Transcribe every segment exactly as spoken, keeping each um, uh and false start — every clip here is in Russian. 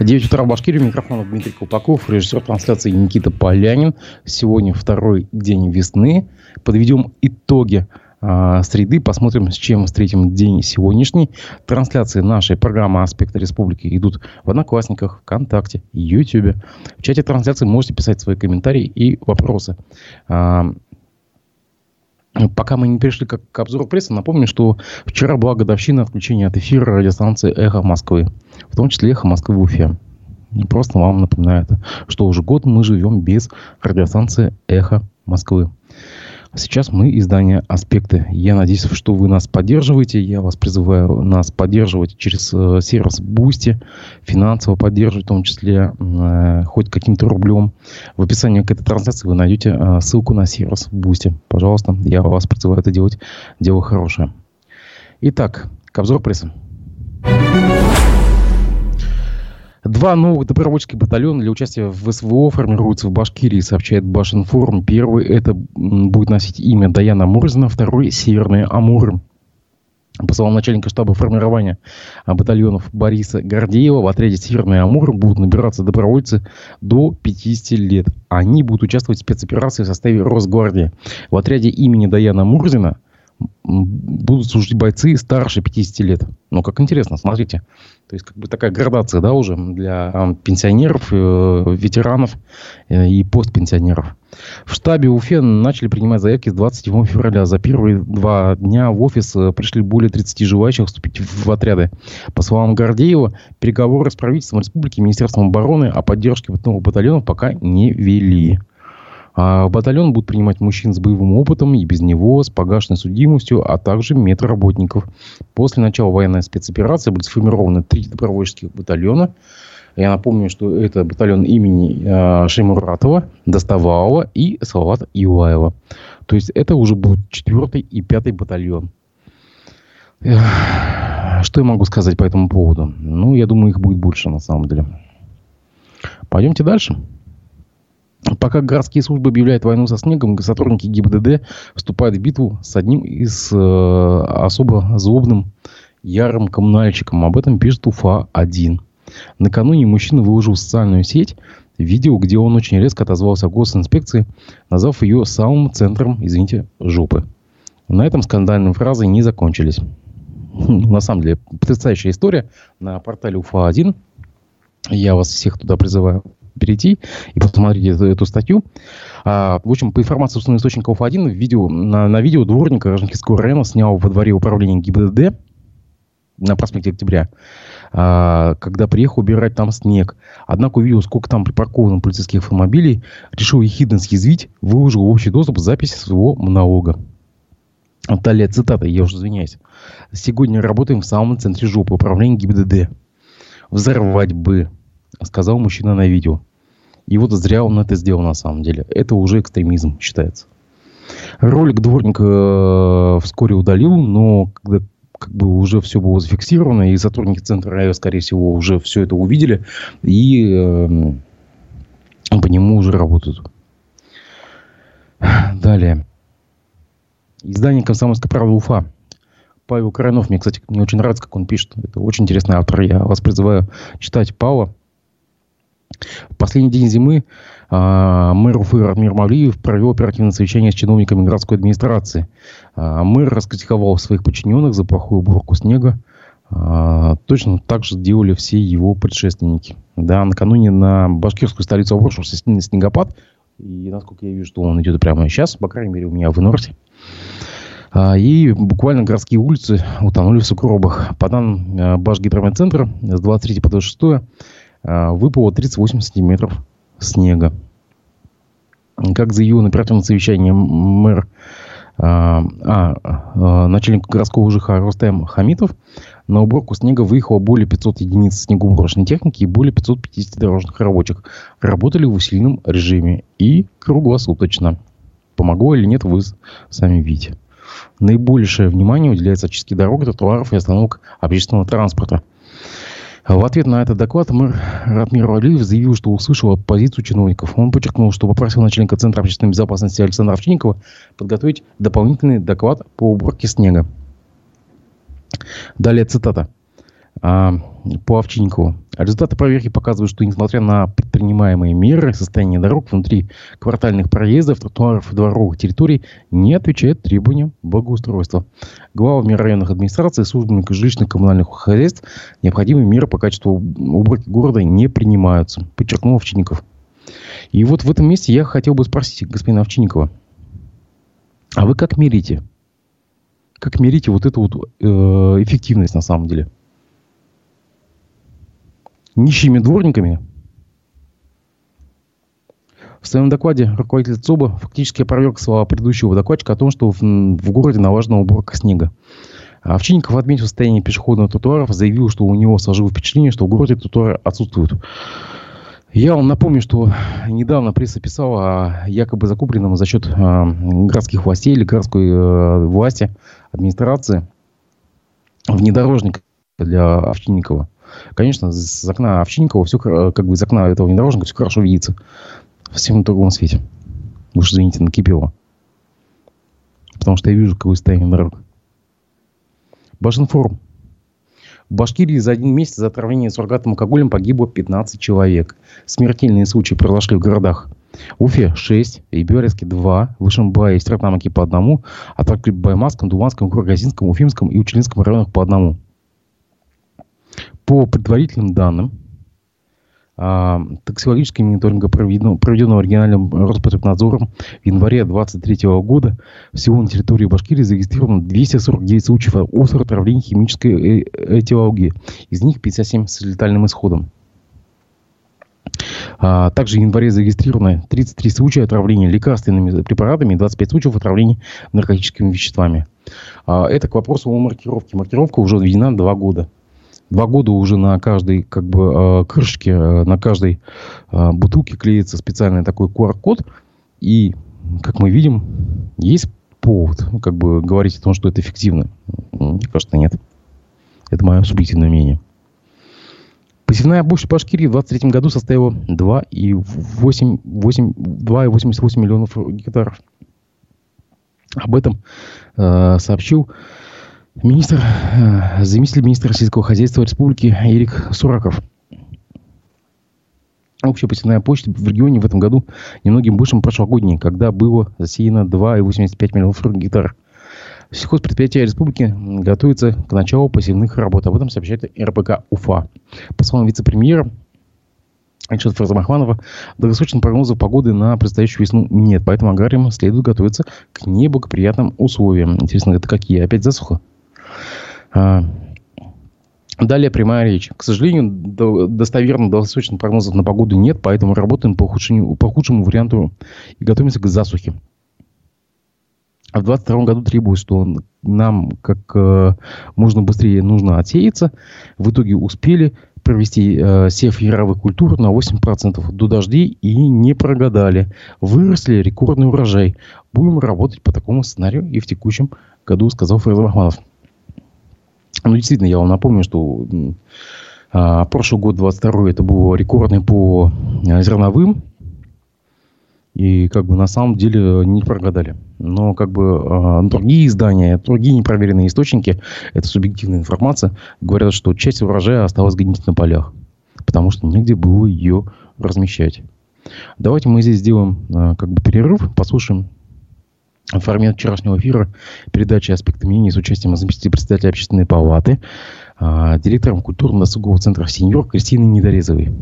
девять утра в Башкирии. Микрофон Дмитрий Колпаков, режиссер трансляции Никита Полянин. Сегодня второй день весны. Подведем итоги э, среды. Посмотрим, с чем встретим день сегодняшний. Трансляции нашей программы «Аспекты Республики» идут в Одноклассниках, ВКонтакте, Ютьюбе. В чате трансляции можете писать свои комментарии и вопросы. Э, Пока мы не перешли к, к обзору прессы, напомню, что вчера была годовщина отключения от эфира радиостанции «Эхо Москвы», в том числе «Эхо Москвы» в Уфе. Просто вам напоминаю, что уже год мы живем без радиостанции «Эхо Москвы». Сейчас мы издание «Аспекты». Я надеюсь, что вы нас поддерживаете. Я вас призываю нас поддерживать через э, сервис Boosty, финансово поддерживать, в том числе э, хоть каким-то рублем. В описании к этой трансляции вы найдете э, ссылку на сервис Boosty. Пожалуйста, я вас призываю это делать. Дело хорошее. Итак, к обзору прессы. Два новых добровольческих батальона для участия в СВО формируются в Башкирии, сообщает Башинформ. Первый это будет носить имя Даяна Мурзина, второй — Северные Амуры. По словам начальника штаба формирования батальонов Бориса Гордеева, в отряде «Северные Амуры» будут набираться добровольцы до пятидесяти лет. Они будут участвовать в спецоперации в составе Росгвардии. В отряде имени Даяна Мурзина будут служить бойцы старше пятидесяти лет. Ну, как интересно, смотрите. То есть, как бы такая градация, да, уже для э, пенсионеров, э, ветеранов э, и постпенсионеров. В штабе Уфе начали принимать заявки с двадцать седьмого февраля. За первые два дня в офис э, пришли более тридцати желающих вступить в, в отряды. По словам Гордеева, переговоры с правительством республики и Министерством обороны о поддержке новых батальонов пока не вели. А в батальон будут принимать мужчин с боевым опытом и без него, с погашенной судимостью, а также медработников. После начала военной спецоперации были сформированы три добровольческих батальона. Я напомню, что это батальон имени э, Шеймуратова, Доставалова и Салавата Юлаева. То есть это уже будет четвертый и пятый батальон. Эх, что я могу сказать по этому поводу? Ну, я думаю, их будет больше на самом деле. Пойдемте дальше. Пока городские службы объявляют войну со снегом, сотрудники ГИБДД вступают в битву с одним из э, особо злобным, ярым коммунальщиком. Об этом пишет Уфа один. Накануне мужчина выложил в социальную сеть видео, где он очень резко отозвался о госинспекции, назвав ее самым центром, извините, жопы. На этом скандальные фразы не закончились. На самом деле, потрясающая история на портале Уфа один. Я вас всех туда призываю перейти и посмотреть эту, эту статью. А, в общем, по информации собственного источника Уфа один, видео, на, на видео дворник Рожненского района снял во дворе управления ГИБДД на проспекте Октября, а, когда приехал убирать там снег. Однако увидел, сколько там припарковано полицейских автомобилей, решил ехидно съязвить, выложил в общий доступ запись своего монолога. Далее цитата, я уже извиняюсь. «Сегодня работаем в самом центре жопы, управления ГИБДД. Взорвать бы», сказал мужчина на видео. И вот зря он это сделал на самом деле. Это уже экстремизм считается. Ролик дворник э, вскоре удалил, но когда как бы уже все было зафиксировано, и сотрудники центра района, скорее всего, уже все это увидели, и э, по нему уже работают. Далее. Издание «Комсомольская правда» Уфа. Павел Коронов. Мне, кстати, мне очень нравится, как он пишет. Это очень интересный автор. Я вас призываю читать Павла. В последний день зимы э, мэр Уфы Радмир Мавлиев провел оперативное совещание с чиновниками городской администрации. Э, мэр раскритиковал своих подчиненных за плохую уборку снега. Э, точно так же делали все его предшественники. Да, накануне на башкирскую столицу обрушился снегопад. И, насколько я вижу, что он идет прямо сейчас, по крайней мере, у меня в Инорте. И буквально городские улицы утонули в сугробах. По данным Башгидрометцентра, с двадцать третьего по двадцать шестое выпало тридцать восемь сантиметров снега. Как заявил на оперативном совещании мэр, а, а, начальник городского ЖХ Рустем Хамитов, на уборку снега выехало более пятисот единиц снегоуборочной техники и более пятисот пятидесяти дорожных рабочих. Работали в усиленном режиме и круглосуточно. Помогло или нет, вы сами видите. Наибольшее внимание уделяется очистке дорог, тротуаров и остановок общественного транспорта. В ответ на этот доклад мэр Радмир Мавлиев заявил, что услышал позицию чиновников. Он подчеркнул, что попросил начальника Центра общественной безопасности Александра Овчинникова подготовить дополнительный доклад по уборке снега. Далее цитата. По Овчинникову. Результаты проверки показывают, что несмотря на предпринимаемые меры, состояние дорог внутри квартальных проездов, тротуаров и дворовых территорий не отвечает требованиям благоустройства. Главами районных администраций, службами жилищно-коммунальных хозяйств необходимые меры по качеству уборки города не принимаются, подчеркнул Овчинников. И вот в этом месте я хотел бы спросить господина Овчинникова, а вы как мерите? Как мерите вот эту вот э, эффективность на самом деле? Нищими дворниками? В своем докладе руководитель ЦОБа фактически опроверг слова предыдущего докладчика о том, что в, в городе налажена уборка снега. Овчинников отметил состояние пешеходных тротуаров, заявил, что у него сложилось впечатление, что в городе тротуары отсутствуют. Я вам напомню, что недавно пресса писала о якобы закупленном за счет э, городских властей или городской э, власти, администрации, внедорожник для Овчинникова. Конечно, с окна Овчинникова все, как бы из окна этого внедорожника все хорошо видится. Всем на другом свете. Вы уж извините, накипело. Потому что я вижу, какое состояние дорог. Башинформ. В Башкирии за один месяц за отравление суррогатным алкоголем погибло пятнадцать человек. Смертельные случаи произошли в городах Уфе шесть, Иберецке два, в Ишимбае и Стратнамаке по одному, а также в Баймакском, Думанском, Кургазинском, Уфимском и Учелинском районах по одному. По предварительным данным, токсикологического мониторинга, проведенного, проведенного региональным Роспотребнадзором в январе две тысячи двадцать третьего года, всего на территории Башкирии зарегистрировано двести сорок девять случаев острого отравления химической этиологии. Из них пятьдесят семь с летальным исходом. А также в январе зарегистрировано тридцать три случая отравления лекарственными препаратами и двадцать пять случаев отравления наркотическими веществами. А это к вопросу о маркировке. Маркировка уже введена два года. Два года уже на каждой как бы, крышечке, на каждой бутылке клеится специальный такой ку ар код. И, как мы видим, есть повод как бы, говорить о том, что это эффективно. Мне кажется, нет. Это мое субъективное мнение. Посевная площадь Башкирии в две тысячи двадцать третьем году составила два и восемьдесят восемь миллионов гектаров. Об этом э, сообщил Министр, заместитель министра сельского хозяйства республики Эрик Сураков. Общая посевная площадь в регионе в этом году немногим больше прошлогодней, когда было засеяно два и восемьдесят пять миллионов гектаров. Сельхозпредприятия республики готовятся к началу посевных работ. Об этом сообщает эр бэ ка Уфа. По словам вице-премьера Альшата Фарзамахманова, долгосрочных прогнозов погоды на предстоящую весну нет. Поэтому аграриям следует готовиться к неблагоприятным условиям. Интересно, это какие? Опять засуха? Далее прямая речь. К сожалению, достоверных долгосрочных прогнозов на погоду нет, поэтому работаем по, по худшему варианту и готовимся к засухе. А в двадцать втором году требуется, что нам как э, можно быстрее нужно отсеяться. В итоге успели провести э, сев яровых культур на восемь процентов до дождей и не прогадали. Выросли рекордный урожай. Будем работать по такому сценарию и в текущем году, сказал Фарзам Ахманов. Ну, действительно, я вам напомню, что а, прошлый год, двадцать второй, это был рекордный по а, зерновым. И как бы на самом деле не прогадали. Но как бы а, другие издания, другие непроверенные источники, это субъективная информация, говорят, что часть урожая осталась гнить на полях. Потому что негде было ее размещать. Давайте мы здесь сделаем а, как бы перерыв, послушаем формат вчерашнего эфира передачи «Аспекты мнений» с участием заместителя председателя общественной палаты, э, директором культурно-досугового центра «Сеньор» Кристины Недорезовой.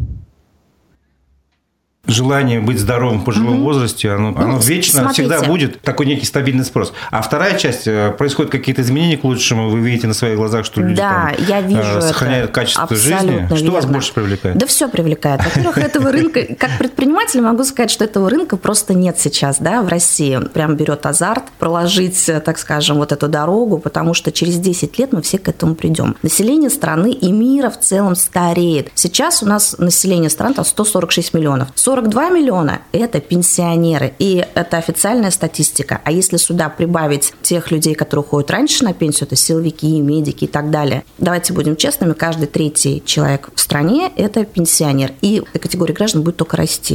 Желание быть здоровым в пожилом угу. возрасте, оно, ну, оно вечно смотрите. Всегда будет такой некий стабильный спрос. А вторая часть, происходят какие-то изменения к лучшему, вы видите на своих глазах, что люди да, там, я вижу сохраняют качество абсолютно жизни. Что верно. Вас больше привлекает? Да все привлекает. Во-первых, этого рынка, как предприниматель могу сказать, что этого рынка просто нет сейчас, да, в России. Прям берет азарт проложить, так скажем, вот эту дорогу, потому что через десять лет мы все к этому придем. Население страны и мира в целом стареет. Сейчас у нас население страны там сто сорок шесть миллионов. сорок два миллиона – это пенсионеры, и это официальная статистика. А если сюда прибавить тех людей, которые уходят раньше на пенсию, это силовики, медики и так далее, давайте будем честными, каждый третий человек в стране – это пенсионер. И эта категория граждан будет только расти.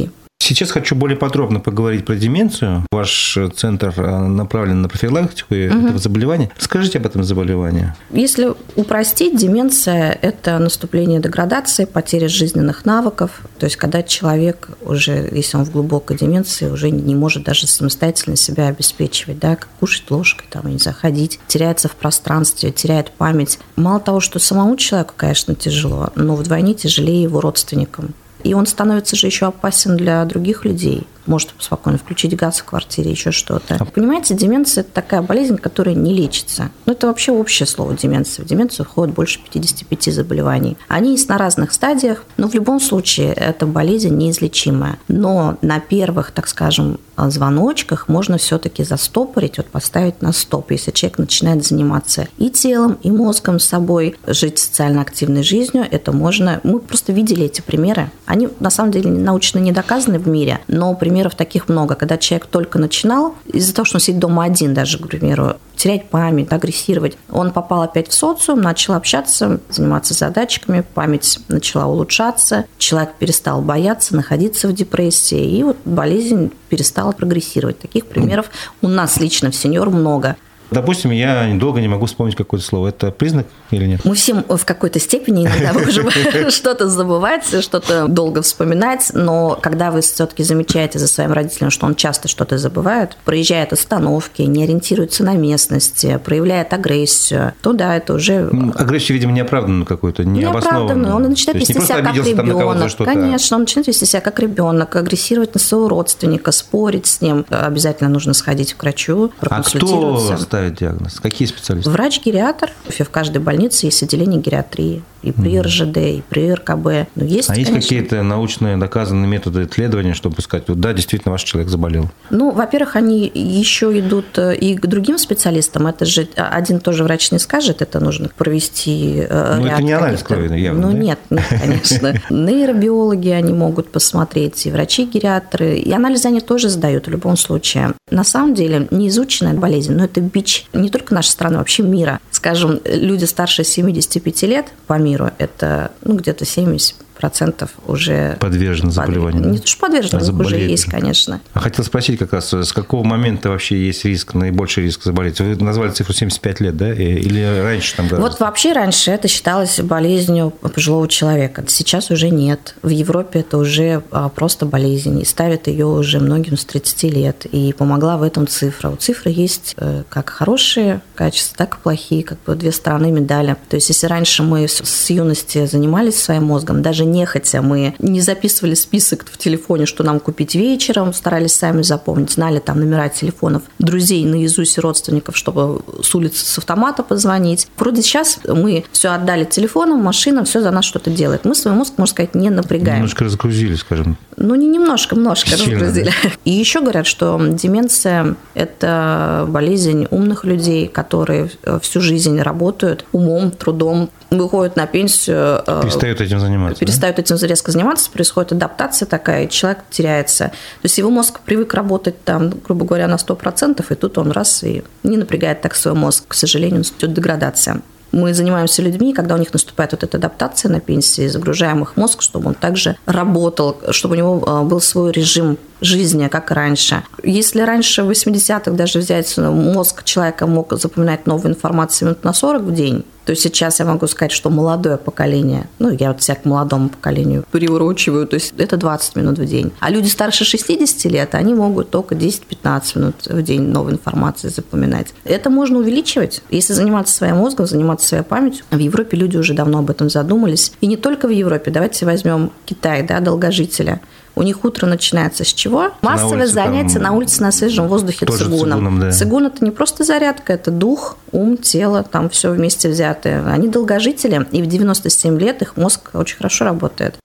Сейчас хочу более подробно поговорить про деменцию. Ваш центр направлен на профилактику угу. этого заболевания. Скажите об этом заболевании. Если упростить, деменция – это наступление деградации, потеря жизненных навыков. То есть, когда человек уже, если он в глубокой деменции, уже не может даже самостоятельно себя обеспечивать, да, как кушать ложкой, там, не заходить, теряется в пространстве, теряет память. Мало того, что самому человеку, конечно, тяжело, но вдвойне тяжелее его родственникам. И он становится же еще опасен для других людей. Может спокойно включить газ в квартире, еще что-то. Понимаете, деменция – это такая болезнь, которая не лечится. Ну, это вообще общее слово деменция. В деменцию входит больше пятьдесят пять заболеваний. Они есть на разных стадиях, но в любом случае эта болезнь неизлечимая. Но на первых, так скажем, звоночках можно все-таки застопорить, вот поставить на стоп, если человек начинает заниматься и телом, и мозгом собой, жить социально активной жизнью, это можно. Мы просто видели эти примеры. Они, на самом деле, научно не доказаны в мире, но примеров таких много. Когда человек только начинал, из-за того, что он сидит дома один даже, к примеру, терять память, агрессировать, он попал опять в социум, начал общаться, заниматься задачками, память начала улучшаться, человек перестал бояться, находиться в депрессии, и вот болезнь перестала прогрессировать. Таких примеров у нас лично в Сеньор много. Допустим, я долго не могу вспомнить какое-то слово. Это признак или нет? Мы все в какой-то степени иногда можем что-то забывать, что-то долго вспоминать, но когда вы все-таки замечаете за своим родителем, что он часто что-то забывает, проезжает остановки, не ориентируется на местности, проявляет агрессию, то да, это уже... Агрессию, видимо, неоправданную какую-то, необоснованную. Неоправданную. Он начинает вести себя как ребенок. Конечно, он начинает вести себя как ребенок, агрессировать на своего родственника, спорить с ним. Обязательно нужно сходить к врачу, проконсультироваться. А кто ставит диагноз? Какие специалисты? Врач-гериатр. В каждой больнице есть отделение гериатрии. И при эр жэ дэ, и при эр ка бэ. Но есть, а есть конечно... какие-то научные доказанные методы исследования, чтобы сказать, вот да, действительно, ваш человек заболел? Ну, во-первых, они еще идут и к другим специалистам. Это же один тоже врач не скажет, это нужно провести. Ну, это не анализ крови, явно, Ну, да? нет, нет, конечно. Нейробиологи они могут посмотреть, и врачи-гериатры. И анализы они тоже сдают в любом случае. На самом деле, неизученная болезнь, но это бич не только нашей страны, вообще мира. Скажем, люди старше семидесяти пяти лет по миру, это ну, где-то семьдесят процентов уже подвержены заболеванию. Не то, что подвержены, а уже есть, конечно. А хотел спросить как раз, с какого момента вообще есть риск, наибольший риск заболеть? Вы назвали цифру семьдесят пять лет, да? Или раньше там гораздо? Вот вообще раньше это считалось болезнью пожилого человека. Сейчас уже нет. В Европе это уже просто болезнь. И ставят ее уже многим с тридцати лет. И помогла в этом цифра. У цифры есть как хорошие качества, так и плохие. Как бы две стороны медали. То есть, если раньше мы с юности занимались своим мозгом, даже нехотя мы не записывали список в телефоне, что нам купить вечером, старались сами запомнить, знали там номера телефонов друзей наизусть, родственников, чтобы с улицы с автомата позвонить. Вроде сейчас мы все отдали телефонам, машинам, все за нас что-то делает. Мы свой мозг, можно сказать, не напрягаем. Немножко разгрузили, скажем. Ну, не немножко, немножко Сильно, разгрузили. Да. И еще говорят, что деменция – это болезнь умных людей, которые всю жизнь работают умом, трудом, выходят на пенсию. Перестают этим заниматься. Перестают да? этим резко заниматься, происходит адаптация такая, и человек теряется. То есть его мозг привык работать там, грубо говоря, на сто процентов, и тут он раз и не напрягает так свой мозг. К сожалению, идет деградация. Мы занимаемся людьми, когда у них наступает вот эта адаптация на пенсии, загружаем их мозг, чтобы он также работал, чтобы у него был свой режим жизни, как и раньше. Если раньше в восьмидесятых даже взять мозг человека мог запоминать новую информацию минут на сорок в день, то сейчас я могу сказать, что молодое поколение, ну, я вот себя к молодому поколению приурочиваю, то есть это двадцать минут в день. А люди старше шестидесяти лет, они могут только десять-пятнадцать минут в день новой информации запоминать. Это можно увеличивать, если заниматься своим мозгом, заниматься своей памятью. В Европе люди уже давно об этом задумались. И не только в Европе. Давайте возьмем Китай, да, долгожителя. У них утро начинается с чего? Массовое улице, занятие там, на улице на свежем воздухе цигуном. Цигуном, да. Цигун – это не просто зарядка, это дух, ум, тело, там все вместе взятое. Они долгожители, и в девяносто семь лет их мозг очень хорошо работает.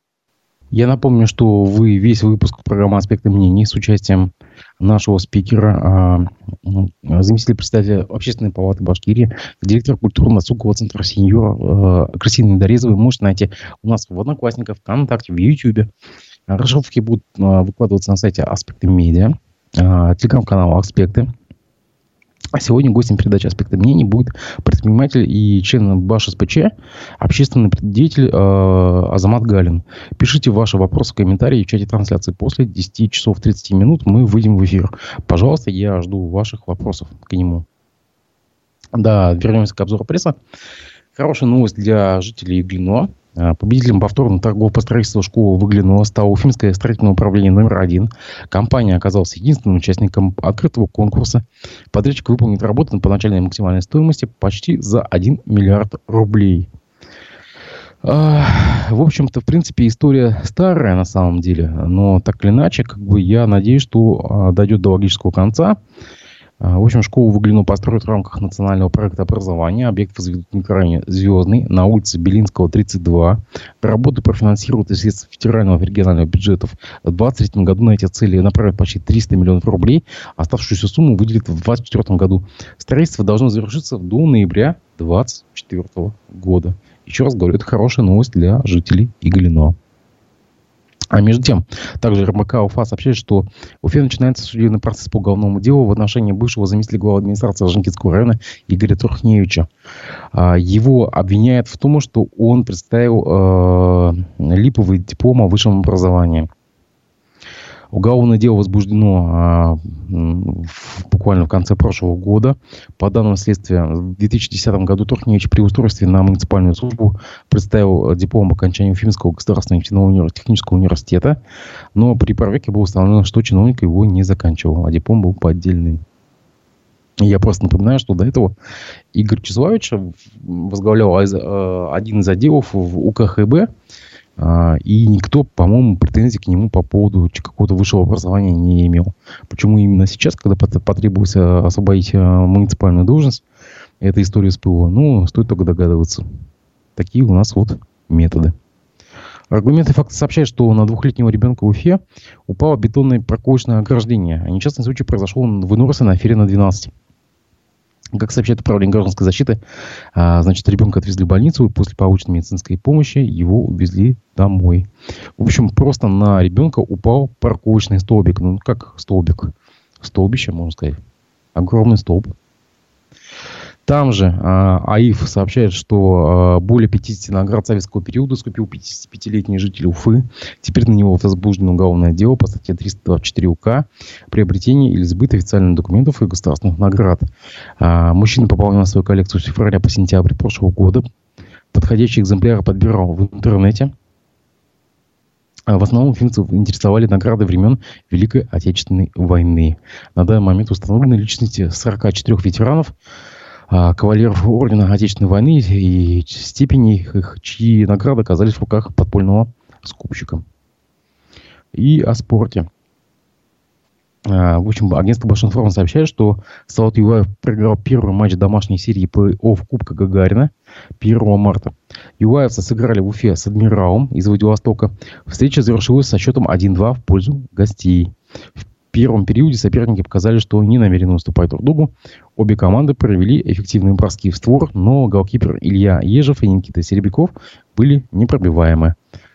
Я напомню, что вы весь выпуск программы «Аспекты мнений» с участием нашего спикера, заместитель председателя Общественной палаты Башкирии, директор культурно-досугового центра «Сеньор» Кристина Недорезова. Вы можете найти у нас в Одноклассниках, ВКонтакте, в Ютьюбе. Расшифровки будут выкладываться на сайте «Аспекты медиа», телеграм-канал «Аспекты». А сегодня гостем передачи «Аспекты мнений» будет предприниматель и член БАШ-СПЧ, общественный деятель э, Азамат Галин. Пишите ваши вопросы в комментарии в чате трансляции. После десяти часов тридцати минут мы выйдем в эфир. Пожалуйста, я жду ваших вопросов к нему. Да, вернемся к обзору пресса. Хорошая новость для жителей Иглино. Победителем повторного торгов по строительству школы в Иглино стало Уфимское строительное управление номер один. Компания оказалась единственным участником открытого конкурса. Подрядчик выполнит работы по начальной максимальной стоимости почти за один миллиард рублей. В общем-то, в принципе, история старая на самом деле. Но так или иначе, как бы я надеюсь, что дойдет до логического конца. В общем, школу в Иглино построят в рамках национального проекта образования. Объект возведут в микрорайоне Звездный на улице Белинского, тридцать два. Работы профинансируют из средств федерального и регионального бюджетов. В двадцать третьем году на эти цели направят почти триста миллионов рублей. Оставшуюся сумму выделят в двадцать четвёртом году. Строительство должно завершиться до ноября двадцать четвёртого года. Еще раз говорю, это хорошая новость для жителей Иглино. А между тем, также РБК Уфа сообщает, что в Уфе начинается судебный процесс по уголовному делу в отношении бывшего заместителя главы администрации Орджоникидского района Игоря Турхневича. Его обвиняют в том, что он представил э, липовый диплом о высшем образовании. Уголовное дело возбуждено э, в, буквально в конце прошлого года. По данным следствия, в две тысячи десятом году Турхневич при устройстве на муниципальную службу представил диплом об окончании Уфимского государственного технического университета, но при проверке было установлено, что чиновник его не заканчивал, а диплом был поддельный. Я просто напоминаю, что до этого Игорь Числавич возглавлял один из отделов в УКХБ, и никто, по-моему, претензий к нему по поводу какого-то высшего образования не имел. Почему именно сейчас, когда потребовалось освободить муниципальную должность, эта история всплыла? Ну, стоит только догадываться. Такие у нас вот методы. Аргументы факта сообщают, что на двухлетнего ребенка в Уфе упало бетонное проковочное ограждение. А несчастный случай произошел в Инорсе на Аферина двенадцать. Как сообщает управление гражданской защиты, значит, ребенка отвезли в больницу, и после полученной медицинской помощи его увезли домой. В общем, просто на ребенка упал парковочный столбик. Ну, как столбик? Столбище, можно сказать. Огромный столб. Там же а, АИФ сообщает, что а, более пятидесяти наград советского периода скупил пятидесятипятилетний житель Уфы. Теперь на него возбуждено уголовное дело по статье триста двадцать четыре УК «Приобретение или сбыт официальных документов и государственных наград». А, мужчина пополнял свою коллекцию с февраля по сентябрь прошлого года. Подходящие экземпляры подбирал в интернете. А в основном уфимцев интересовали награды времен Великой Отечественной войны. На данный момент установлены личности сорока четырёх ветеранов, кавалеров ордена Отечественной войны и степени их, чьи награды оказались в руках подпольного скупщика. И о спорте. В общем, агентство Башинформ сообщает, что Салават Юлаев проиграл первый матч домашней серии плей-офф Кубка Гагарина первого марта. Юлаевцы сыграли в Уфе с Адмиралом из Владивостока. Встреча завершилась со счетом один-два в пользу гостей. В первом периоде соперники показали, что не намерены уступать друг другу. Обе команды провели эффективные броски в створ, но голкипер Илья Ежев и Никита Серебряков были непробиваемы.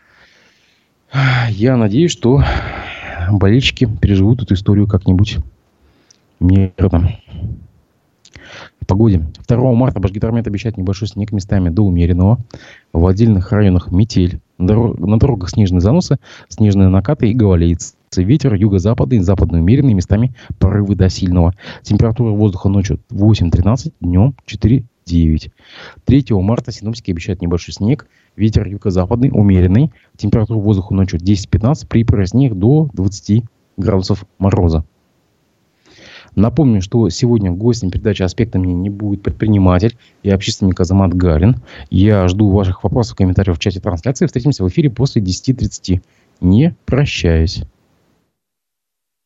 Я надеюсь, что болельщики переживут эту историю как-нибудь мирно. По погоде. второго марта Башгидромет обещает небольшой снег местами до умеренного. В отдельных районах метель. На дорогах снежные заносы, снежные накаты и гололедицы. Ветер юго-западный, западный умеренный, местами порывы до сильного. Температура воздуха ночью восемь-тринадцать, днем четыре-девять. третьего марта синоптики обещают небольшой снег. Ветер юго-западный, умеренный. Температура воздуха ночью десять-пятнадцать, при прояснениях до двадцати градусов мороза. Напомню, что сегодня гостем передачи «Аспекты мнений» будет предприниматель и общественник Азамат Галин. Я жду ваших вопросов и комментариев в чате трансляции. Встретимся в эфире после десяти тридцати. Не прощаюсь.